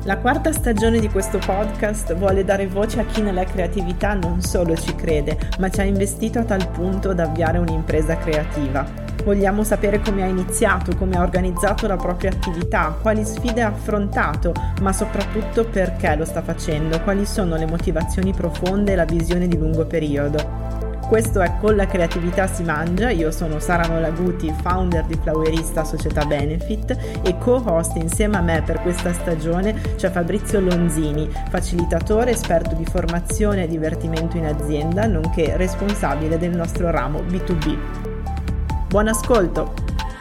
La quarta stagione di questo podcast vuole dare voce a chi nella creatività non solo ci crede, ma ci ha investito a tal punto da avviare un'impresa creativa. Vogliamo sapere come ha iniziato, come ha organizzato la propria attività, quali sfide ha affrontato, ma soprattutto perché lo sta facendo, quali sono le motivazioni profonde e la visione di lungo periodo. Questo è Con la creatività si mangia, io sono Sara Nolaguti, founder di Flowerista Società Benefit e co-host insieme a me per questa stagione c'è Fabrizio Lonzini, facilitatore, esperto di formazione e divertimento in azienda, nonché responsabile del nostro ramo B2B. Buon ascolto!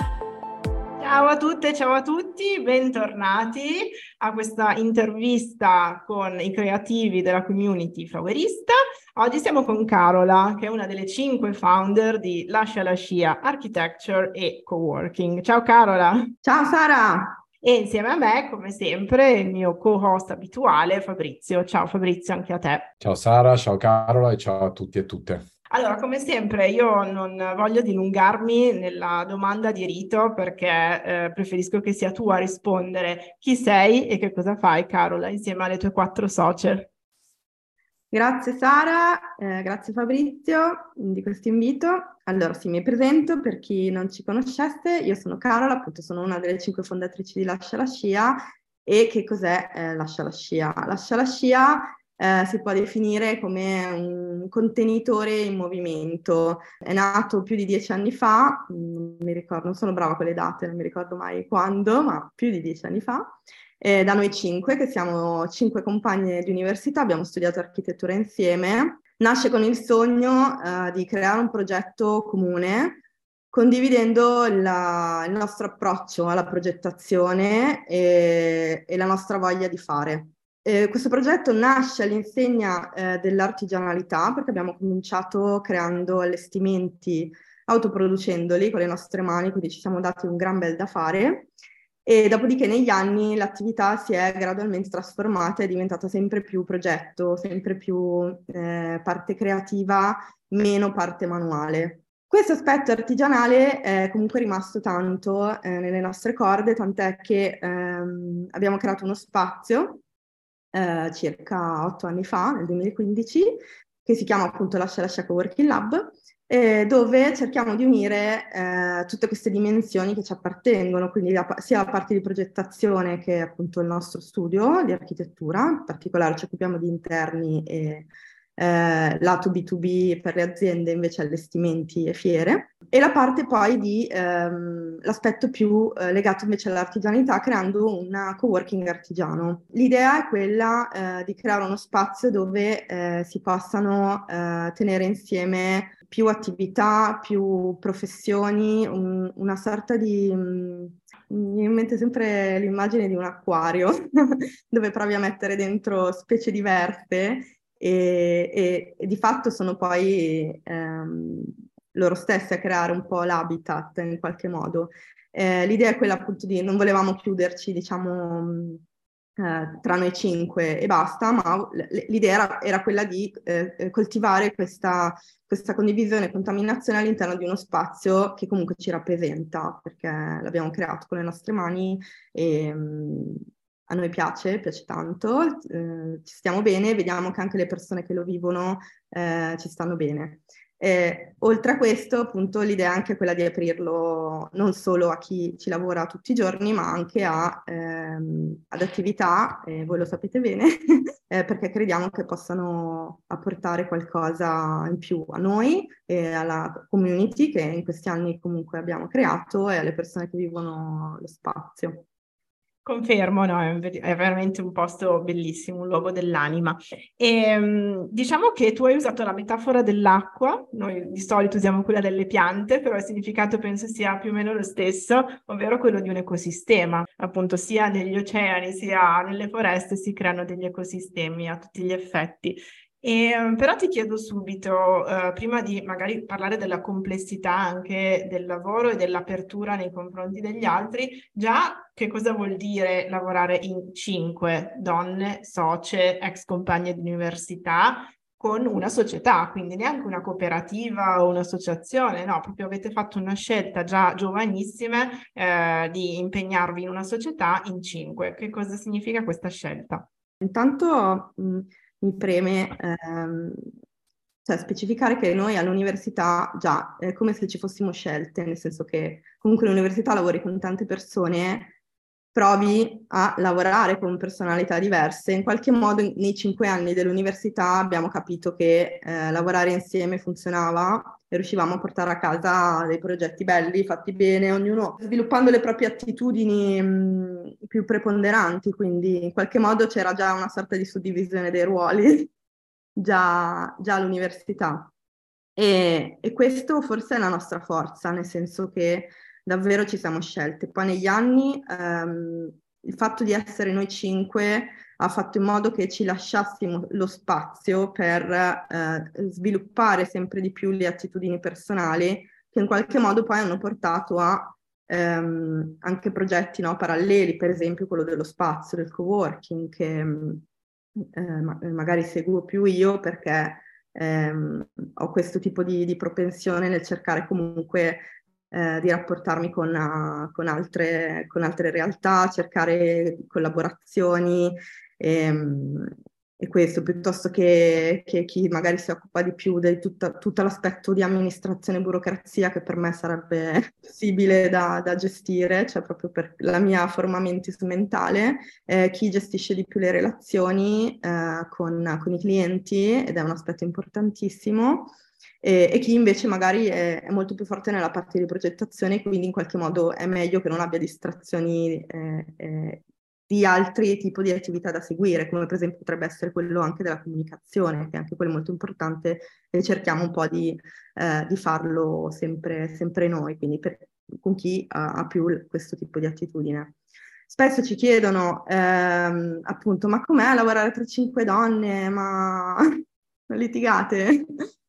Ciao a tutte, ciao a tutti, bentornati a questa intervista con i creativi della community Flowerista. Oggi siamo con Carola, che è una delle 5 founder di Lascia la Scia Architecture e Coworking. Ciao Carola! Ciao Sara! E insieme a me, come sempre, il mio co-host abituale Fabrizio. Ciao Fabrizio, anche a te. Ciao Sara, ciao Carola e ciao a tutti e tutte. Allora, come sempre, io non voglio dilungarmi nella domanda di rito perché preferisco che sia tu a rispondere. Chi sei e che cosa fai, Carola, insieme alle tue 4 socie? Grazie Sara, grazie Fabrizio di questo invito. Allora sì, mi presento per chi non ci conoscesse, io sono Carola, appunto sono una delle 5 fondatrici di Lascia la Scia. E che cos'è Lascia la Scia? Lascia la Scia si può definire come un contenitore in movimento. È nato più di 10 anni fa, non mi ricordo, non sono brava con le date, non mi ricordo mai quando, ma più di 10 anni fa. Da noi 5, che siamo 5 compagne di università, abbiamo studiato architettura insieme. Nasce con il sogno di creare un progetto comune, condividendo il nostro approccio alla progettazione e la nostra voglia di fare. Questo progetto nasce all'insegna dell'artigianalità, perché abbiamo cominciato creando allestimenti, autoproducendoli con le nostre mani, quindi ci siamo dati un gran bel da fare. E dopodiché negli anni l'attività si è gradualmente trasformata, è diventata sempre più progetto, sempre più parte creativa, meno parte manuale. Questo aspetto artigianale è comunque rimasto tanto nelle nostre corde, tant'è che abbiamo creato uno spazio circa 8 anni fa, nel 2015, che si chiama appunto Lascia la Scia Coworking Lab, dove cerchiamo di unire tutte queste dimensioni che ci appartengono, quindi sia la parte di progettazione che appunto il nostro studio di architettura, in particolare ci occupiamo di interni e lato B2B per le aziende, invece allestimenti e fiere, e la parte poi di l'aspetto più legato invece all'artigianalità, creando un coworking artigiano. L'idea è quella di creare uno spazio dove si possano tenere insieme più attività, più professioni, una sorta di... mi viene in mente sempre l'immagine di un acquario dove provi a mettere dentro specie diverse e di fatto sono poi loro stessi a creare un po' l'habitat in qualche modo. L'idea è quella appunto di non volevamo chiuderci, diciamo, tra noi 5 e basta, ma l'idea era quella di coltivare questa condivisione e contaminazione all'interno di uno spazio che comunque ci rappresenta, perché l'abbiamo creato con le nostre mani e a noi piace tanto, ci stiamo bene, vediamo che anche le persone che lo vivono ci stanno bene. Oltre a questo, appunto, l'idea è anche quella di aprirlo non solo a chi ci lavora tutti i giorni, ma anche ad attività, voi lo sapete bene, perché crediamo che possano apportare qualcosa in più a noi e alla community che in questi anni comunque abbiamo creato e alle persone che vivono lo spazio. Confermo, no, è veramente un posto bellissimo, un luogo dell'anima. E diciamo che tu hai usato la metafora dell'acqua, noi di solito usiamo quella delle piante, però il significato penso sia più o meno lo stesso, ovvero quello di un ecosistema. Appunto, sia negli oceani sia nelle foreste si creano degli ecosistemi a tutti gli effetti. Però ti chiedo subito, prima di magari parlare della complessità anche del lavoro e dell'apertura nei confronti degli altri, già che cosa vuol dire lavorare in 5 donne, socie, ex compagne di università? con una società, quindi neanche una cooperativa o un'associazione, no, proprio avete fatto una scelta già giovanissime di impegnarvi in una società in 5. Che cosa significa questa scelta? Intanto mi preme cioè, specificare che noi all'università già è come se ci fossimo scelte, nel senso che comunque all'università lavori con tante persone, provi a lavorare con personalità diverse. In qualche modo nei 5 anni dell'università abbiamo capito che lavorare insieme funzionava e riuscivamo a portare a casa dei progetti belli, fatti bene, ognuno sviluppando le proprie attitudini più preponderanti, quindi in qualche modo c'era già una sorta di suddivisione dei ruoli già all'università. E questo forse è la nostra forza, nel senso che davvero ci siamo scelte. Poi negli anni il fatto di essere noi 5 ha fatto in modo che ci lasciassimo lo spazio per sviluppare sempre di più le attitudini personali, che in qualche modo poi hanno portato a anche progetti, no, paralleli, per esempio quello dello spazio, del coworking, che magari seguo più io perché ho questo tipo di propensione nel cercare comunque di rapportarmi con altre realtà, cercare collaborazioni e questo piuttosto che chi magari si occupa di più di tutto l'aspetto di amministrazione e burocrazia che per me sarebbe possibile da gestire, cioè proprio per la mia forma mentis mentale, chi gestisce di più le relazioni con i clienti, ed è un aspetto importantissimo, e chi invece magari è molto più forte nella parte di progettazione, quindi in qualche modo è meglio che non abbia distrazioni di altri tipi di attività da seguire, come per esempio potrebbe essere quello anche della comunicazione, che è anche quello molto importante e cerchiamo un po' di farlo sempre noi, quindi con chi ha più questo tipo di attitudine. Spesso ci chiedono appunto, ma com'è lavorare tra 5 donne? Ma non litigate?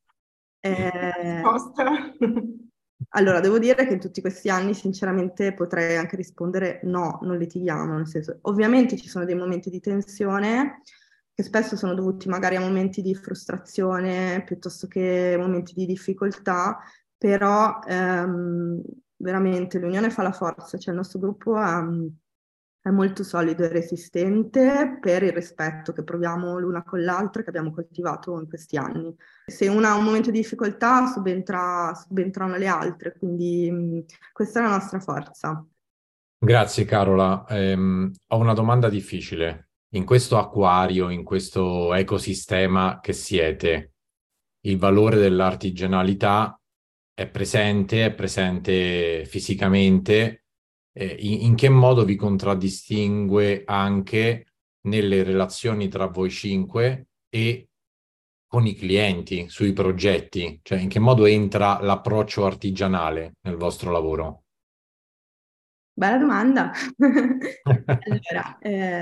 Risposta. Allora, devo dire che in tutti questi anni, sinceramente, potrei anche rispondere no, non litighiamo, nel senso, ovviamente ci sono dei momenti di tensione che spesso sono dovuti magari a momenti di frustrazione piuttosto che momenti di difficoltà, però veramente l'unione fa la forza, cioè il nostro gruppo è molto solido e resistente per il rispetto che proviamo l'una con l'altra, che abbiamo coltivato in questi anni. Se una ha un momento di difficoltà, subentrano le altre, quindi questa è la nostra forza. Grazie Carola. Ho una domanda difficile. In questo acquario, in questo ecosistema che siete, il valore dell'artigianalità è presente fisicamente. In che modo vi contraddistingue anche nelle relazioni tra voi 5 e con i clienti, sui progetti? Cioè, in che modo entra l'approccio artigianale nel vostro lavoro? Bella domanda. Allora,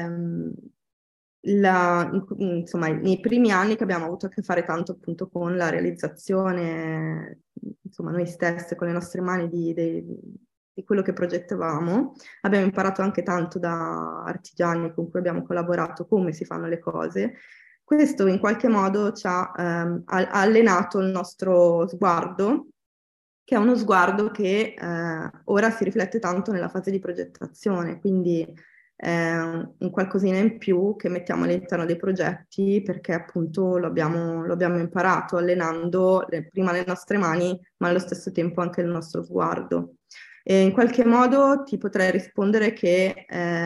insomma, nei primi anni che abbiamo avuto a che fare tanto appunto con la realizzazione, insomma, noi stesse con le nostre mani di quello che progettavamo, abbiamo imparato anche tanto da artigiani con cui abbiamo collaborato come si fanno le cose. Questo in qualche modo ci ha allenato il nostro sguardo, che è uno sguardo che ora si riflette tanto nella fase di progettazione, quindi un qualcosina in più che mettiamo all'interno dei progetti perché appunto lo abbiamo imparato allenando prima le nostre mani, ma allo stesso tempo anche il nostro sguardo. E in qualche modo ti potrei rispondere che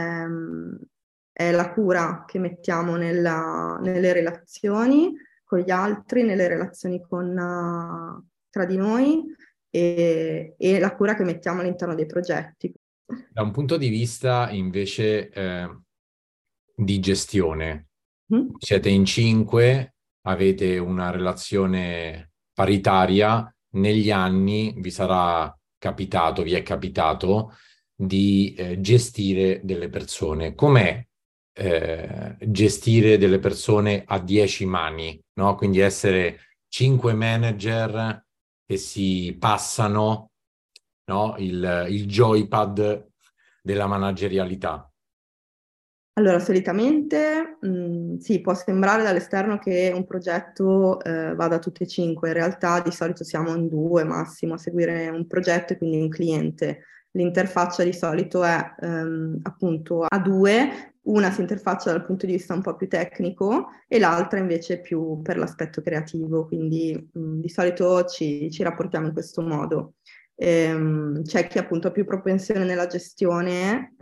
è la cura che mettiamo nelle relazioni con gli altri, nelle relazioni tra di noi e la cura che mettiamo all'interno dei progetti. Da un punto di vista invece di gestione, siete in 5, avete una relazione paritaria, negli anni vi è capitato di gestire delle persone. Com'è gestire delle persone a 10 mani, no? Quindi essere 5 manager che si passano, no? Il joypad della managerialità. Allora, solitamente sì, può sembrare dall'esterno che un progetto vada a tutte e cinque, in realtà di solito siamo in due massimo a seguire un progetto e quindi un cliente. L'interfaccia di solito è appunto a due, una si interfaccia dal punto di vista un po' più tecnico e l'altra invece più per l'aspetto creativo, quindi di solito ci rapportiamo in questo modo. C'è chi appunto ha più propensione nella gestione,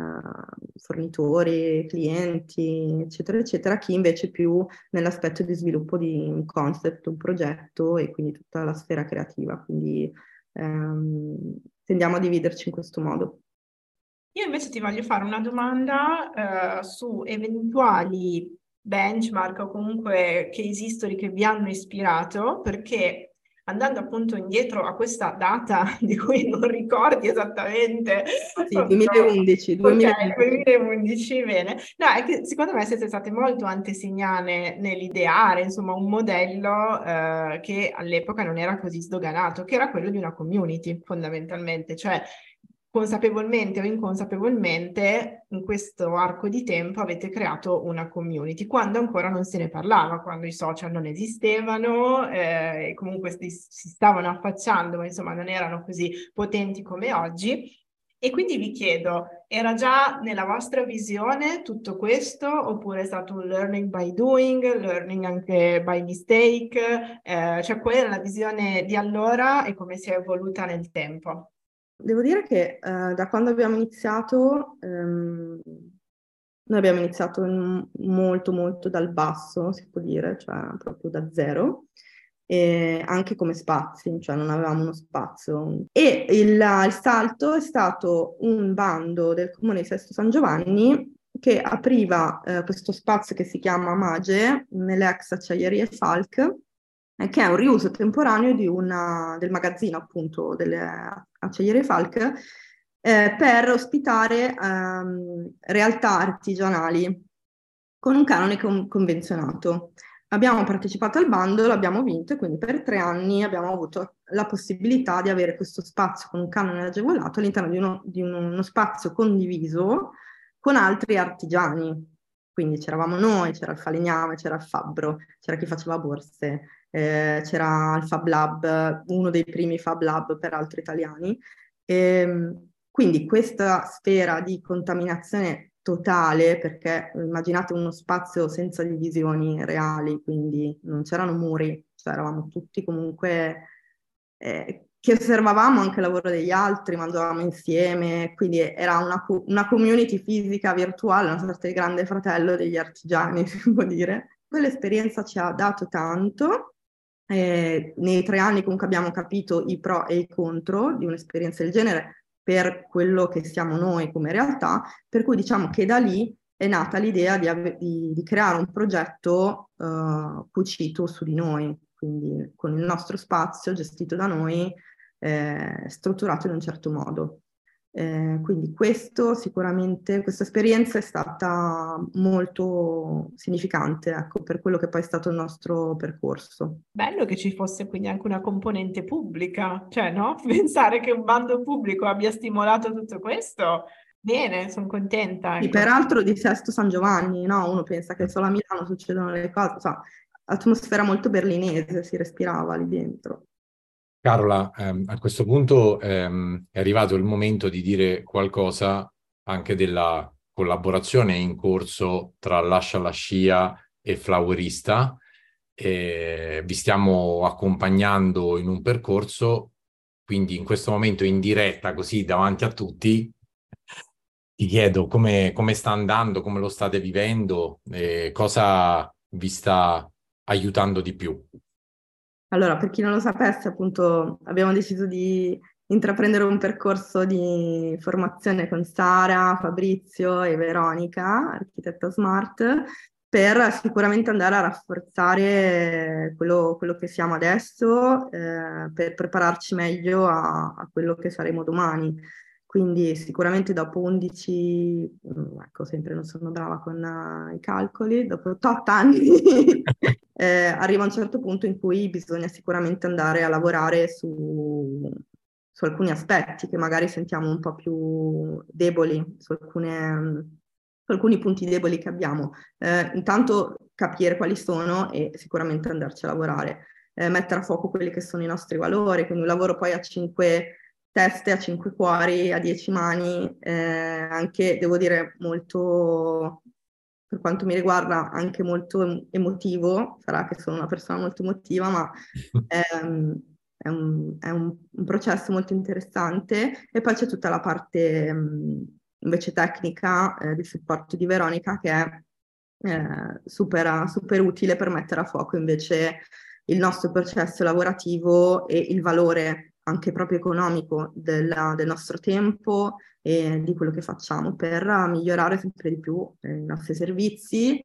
fornitori, clienti, eccetera, eccetera, chi invece più nell'aspetto di sviluppo di un concept, un progetto e quindi tutta la sfera creativa. Quindi tendiamo a dividerci in questo modo. Io invece ti voglio fare una domanda su eventuali benchmark o comunque case history che vi hanno ispirato, perché andando appunto indietro a questa data di cui non ricordi esattamente, Sì, 2011, ok, 2011. 2011, bene. No, è che secondo me siete state molto antesignane nell'ideare, insomma, un modello che all'epoca non era così sdoganato, che era quello di una community, fondamentalmente, cioè consapevolmente o inconsapevolmente in questo arco di tempo avete creato una community, quando ancora non se ne parlava, quando i social non esistevano e comunque si stavano affacciando, ma insomma non erano così potenti come oggi. E quindi vi chiedo, era già nella vostra visione tutto questo oppure è stato un learning by doing, learning anche by mistake? Cioè qual era la visione di allora e come si è evoluta nel tempo? Devo dire che da quando abbiamo iniziato, noi abbiamo iniziato molto molto dal basso, si può dire, cioè proprio da zero, e anche come spazi, cioè non avevamo uno spazio. E il salto è stato un bando del Comune di Sesto San Giovanni che apriva questo spazio che si chiama Mage, nelle ex acciaierie Falk, che è un riuso temporaneo del magazzino appunto delle acciaierie Falk, per ospitare realtà artigianali con un canone convenzionato. Abbiamo partecipato al bando, l'abbiamo vinto e quindi per 3 anni abbiamo avuto la possibilità di avere questo spazio con un canone agevolato all'interno di uno spazio condiviso con altri artigiani. Quindi c'eravamo noi, c'era il falegname, c'era il fabbro, c'era chi faceva borse, c'era il Fab Lab, uno dei primi Fab Lab peraltro italiani. Quindi questa sfera di contaminazione totale, perché immaginate uno spazio senza divisioni reali, quindi non c'erano muri, cioè eravamo tutti comunque che osservavamo anche il lavoro degli altri, mangiavamo insieme, quindi era una community fisica virtuale, una sorta di grande fratello degli artigiani, si può dire. Quell'esperienza ci ha dato tanto. Nei 3 anni comunque abbiamo capito i pro e i contro di un'esperienza del genere per quello che siamo noi come realtà, per cui diciamo che da lì è nata l'idea di creare un progetto cucito su di noi, quindi con il nostro spazio gestito da noi, strutturato in un certo modo. Quindi questo sicuramente, questa esperienza è stata molto significante, ecco, per quello che poi è stato il nostro percorso. Bello che ci fosse quindi anche una componente pubblica, cioè no? Pensare che un bando pubblico abbia stimolato tutto questo, bene, sono contenta, Sì, ecco. peraltro di Sesto San Giovanni, no? Uno pensa che solo a Milano succedono le cose, cioè, atmosfera molto berlinese, si respirava lì dentro. Carola, a questo punto è arrivato il momento di dire qualcosa anche della collaborazione in corso tra Lascia la Scia e Flowerista. Vi stiamo accompagnando in un percorso, quindi in questo momento in diretta, così davanti a tutti, ti chiedo come sta andando, come lo state vivendo, cosa vi sta aiutando di più. Allora, per chi non lo sapesse, appunto, abbiamo deciso di intraprendere un percorso di formazione con Sara, Fabrizio e Veronica, architetta smart, per sicuramente andare a rafforzare quello che siamo adesso, per prepararci meglio a quello che saremo domani. Quindi sicuramente dopo 11, ecco, sempre non sono brava con i calcoli, dopo 8 anni arriva un certo punto in cui bisogna sicuramente andare a lavorare su alcuni aspetti che magari sentiamo un po' più deboli, su alcuni punti deboli che abbiamo. Intanto capire quali sono e sicuramente andarci a lavorare. Mettere a fuoco quelli che sono i nostri valori, quindi un lavoro poi a 5 teste, a 5 cuori, a 10 mani, anche, devo dire, molto, per quanto mi riguarda, anche molto emotivo. Sarà che sono una persona molto emotiva, ma è un processo molto interessante. E poi c'è tutta la parte invece tecnica di supporto di Veronica, che è super, super utile per mettere a fuoco invece il nostro processo lavorativo e il valore anche proprio economico del nostro tempo e di quello che facciamo per migliorare sempre di più i nostri servizi,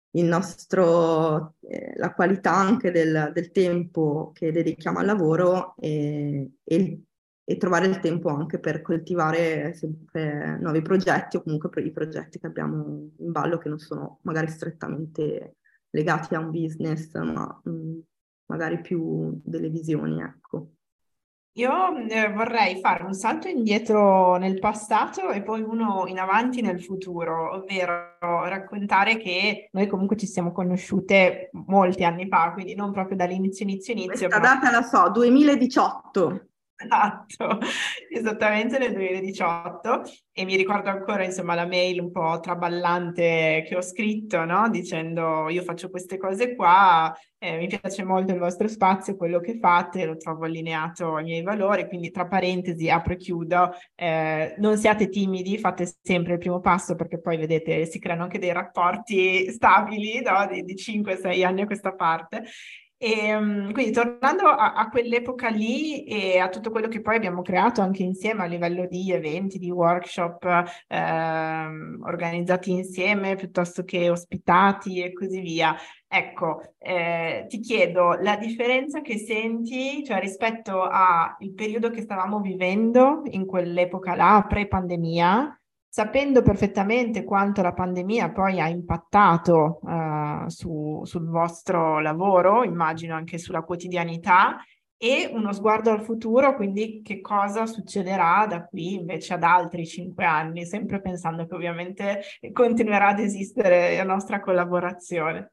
la qualità anche del tempo che dedichiamo al lavoro e trovare il tempo anche per coltivare sempre nuovi progetti o comunque per i progetti che abbiamo in ballo che non sono magari strettamente legati a un business, ma magari più delle visioni, ecco. Io vorrei fare un salto indietro nel passato e poi uno in avanti nel futuro, ovvero raccontare che noi comunque ci siamo conosciute molti anni fa, quindi non proprio dall'inizio, Questa ma data la so, 2018. esatto, esattamente nel 2018 e mi ricordo ancora insomma la mail un po' traballante che ho scritto, no? Dicendo io faccio queste cose qua, mi piace molto il vostro spazio, quello che fate, lo trovo allineato ai miei valori, quindi tra parentesi apro e chiudo, non siate timidi, fate sempre il primo passo perché poi vedete si creano anche dei rapporti stabili, no? Di 5-6 anni a questa parte. E quindi tornando a quell'epoca lì e a tutto quello che poi abbiamo creato anche insieme a livello di eventi, di workshop organizzati insieme piuttosto che ospitati e così via. Ecco, ti chiedo la differenza che senti, cioè rispetto al periodo che stavamo vivendo in quell'epoca là, pre-pandemia, sapendo perfettamente quanto la pandemia poi ha impattato sul vostro lavoro, immagino anche sulla quotidianità, e uno sguardo al futuro, quindi che cosa succederà da qui invece ad altri 5 anni, sempre pensando che ovviamente continuerà ad esistere la nostra collaborazione.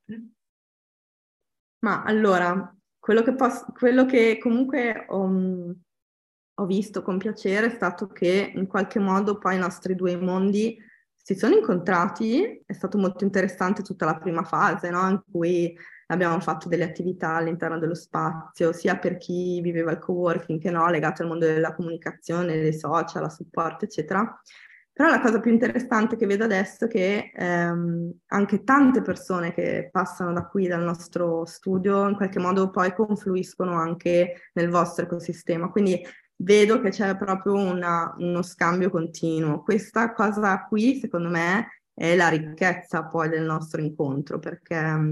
Ma allora, quello che comunque ho visto con piacere è stato che in qualche modo poi i nostri due mondi si sono incontrati. È stato molto interessante tutta la prima fase, no? In cui abbiamo fatto delle attività all'interno dello spazio, sia per chi viveva il coworking che no, legato al mondo della comunicazione, dei social, a supporto, eccetera. Però la cosa più interessante che vedo adesso è che anche tante persone che passano da qui, dal nostro studio, in qualche modo poi confluiscono anche nel vostro ecosistema. Quindi vedo che c'è proprio uno scambio continuo. Questa cosa qui, secondo me, è la ricchezza poi del nostro incontro, perché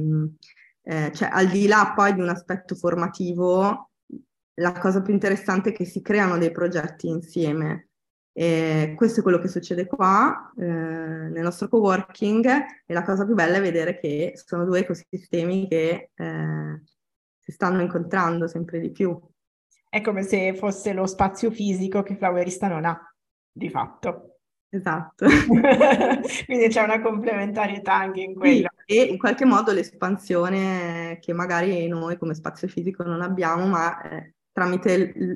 cioè, al di là poi di un aspetto formativo, la cosa più interessante è che si creano dei progetti insieme. E questo è quello che succede qua nel nostro coworking e la cosa più bella è vedere che sono due ecosistemi che si stanno incontrando sempre di più. È come se fosse lo spazio fisico che Flowerista non ha, di fatto. Esatto. Quindi c'è una complementarietà anche in Sì, quello. e in qualche modo l'espansione che magari noi come spazio fisico non abbiamo, ma tramite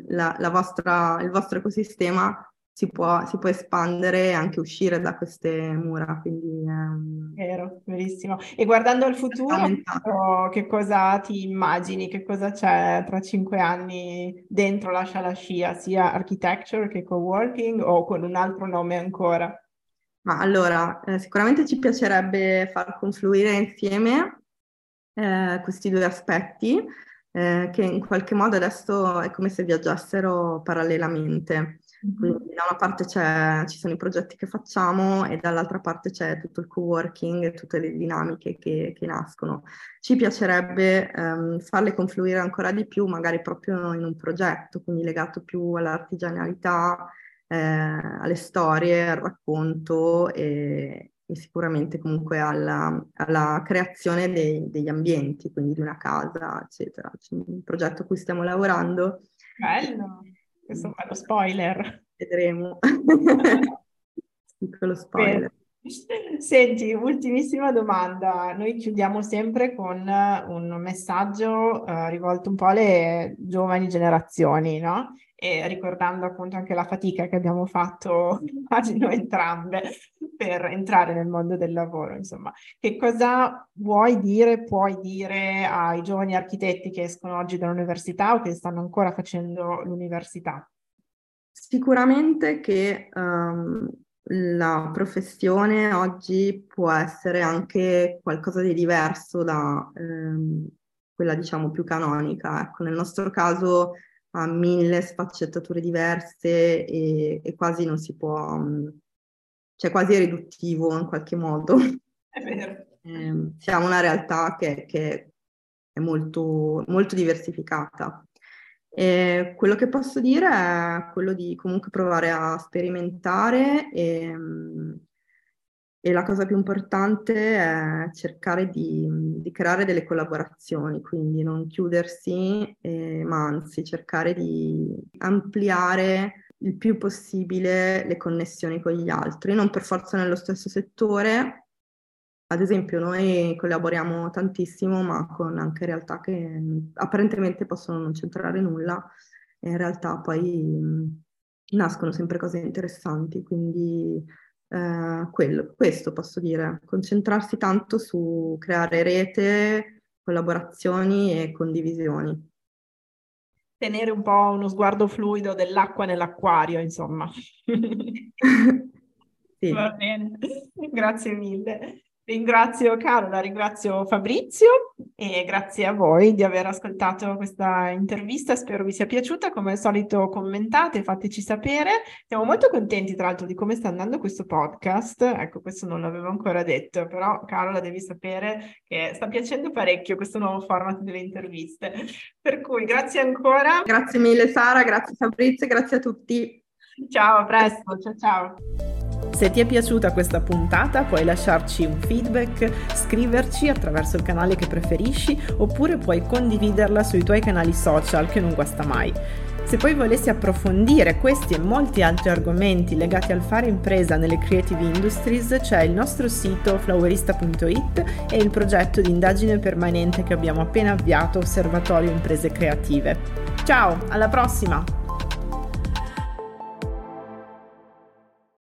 il vostro ecosistema si può espandere e anche uscire da queste mura, quindi Vero, verissimo. E guardando al futuro, che cosa ti immagini? Che cosa c'è tra 5 anni dentro Lascia la Scia, sia architecture che coworking o con un altro nome ancora? Ma allora, sicuramente ci piacerebbe far confluire insieme questi due aspetti, che in qualche modo adesso è come se viaggiassero parallelamente. Quindi da una parte ci sono i progetti che facciamo e dall'altra parte c'è tutto il co-working e tutte le dinamiche che nascono. Ci piacerebbe farle confluire ancora di più, magari proprio in un progetto, quindi legato più all'artigianalità, alle storie, al racconto e sicuramente comunque alla creazione degli ambienti, quindi di una casa, eccetera. C'è un progetto a cui stiamo lavorando. Bello, questo è un bello spoiler. Vedremo. Piccolo Bene. spoiler. Senti, ultimissima domanda. Noi chiudiamo sempre con un messaggio rivolto un po' alle giovani generazioni, no? E ricordando appunto anche la fatica che abbiamo fatto, immagino entrambe, per entrare nel mondo del lavoro, insomma. Che cosa vuoi dire, puoi dire ai giovani architetti che escono oggi dall'università o che stanno ancora facendo l'università? Sicuramente che la professione oggi può essere anche qualcosa di diverso da quella, diciamo, più canonica. Ecco, nel nostro caso ha mille sfaccettature diverse e quasi non si può, cioè quasi è riduttivo in qualche modo. È vero. Siamo una realtà che è molto, molto diversificata. E quello che posso dire è quello di comunque provare a sperimentare e la cosa più importante è cercare di creare delle collaborazioni, quindi non chiudersi, ma anzi cercare di ampliare il più possibile le connessioni con gli altri, non per forza nello stesso settore. Ad esempio, noi collaboriamo tantissimo, ma con anche realtà che apparentemente possono non c'entrare nulla, e in realtà poi nascono sempre cose interessanti. Quindi questo posso dire, concentrarsi tanto su creare rete, collaborazioni e condivisioni. Tenere un po' uno sguardo fluido dell'acqua nell'acquario, insomma. Sì. Va bene, grazie mille. Ringrazio Carola, ringrazio Fabrizio e grazie a voi di aver ascoltato questa intervista. Spero vi sia piaciuta. Come al solito commentate, fateci sapere. Siamo molto contenti tra l'altro di come sta andando questo podcast. Ecco, questo non l'avevo ancora detto, però Carola devi sapere che sta piacendo parecchio questo nuovo format delle interviste. Per cui grazie ancora. Grazie mille Sara, grazie Fabrizio, grazie a tutti. Ciao, a presto, ciao ciao. Se ti è piaciuta questa puntata puoi lasciarci un feedback, scriverci attraverso il canale che preferisci oppure puoi condividerla sui tuoi canali social, che non guasta mai. Se poi volessi approfondire questi e molti altri argomenti legati al fare impresa nelle creative industries, c'è il nostro sito flowerista.it e il progetto di indagine permanente che abbiamo appena avviato, Osservatorio Imprese Creative. Ciao, alla prossima!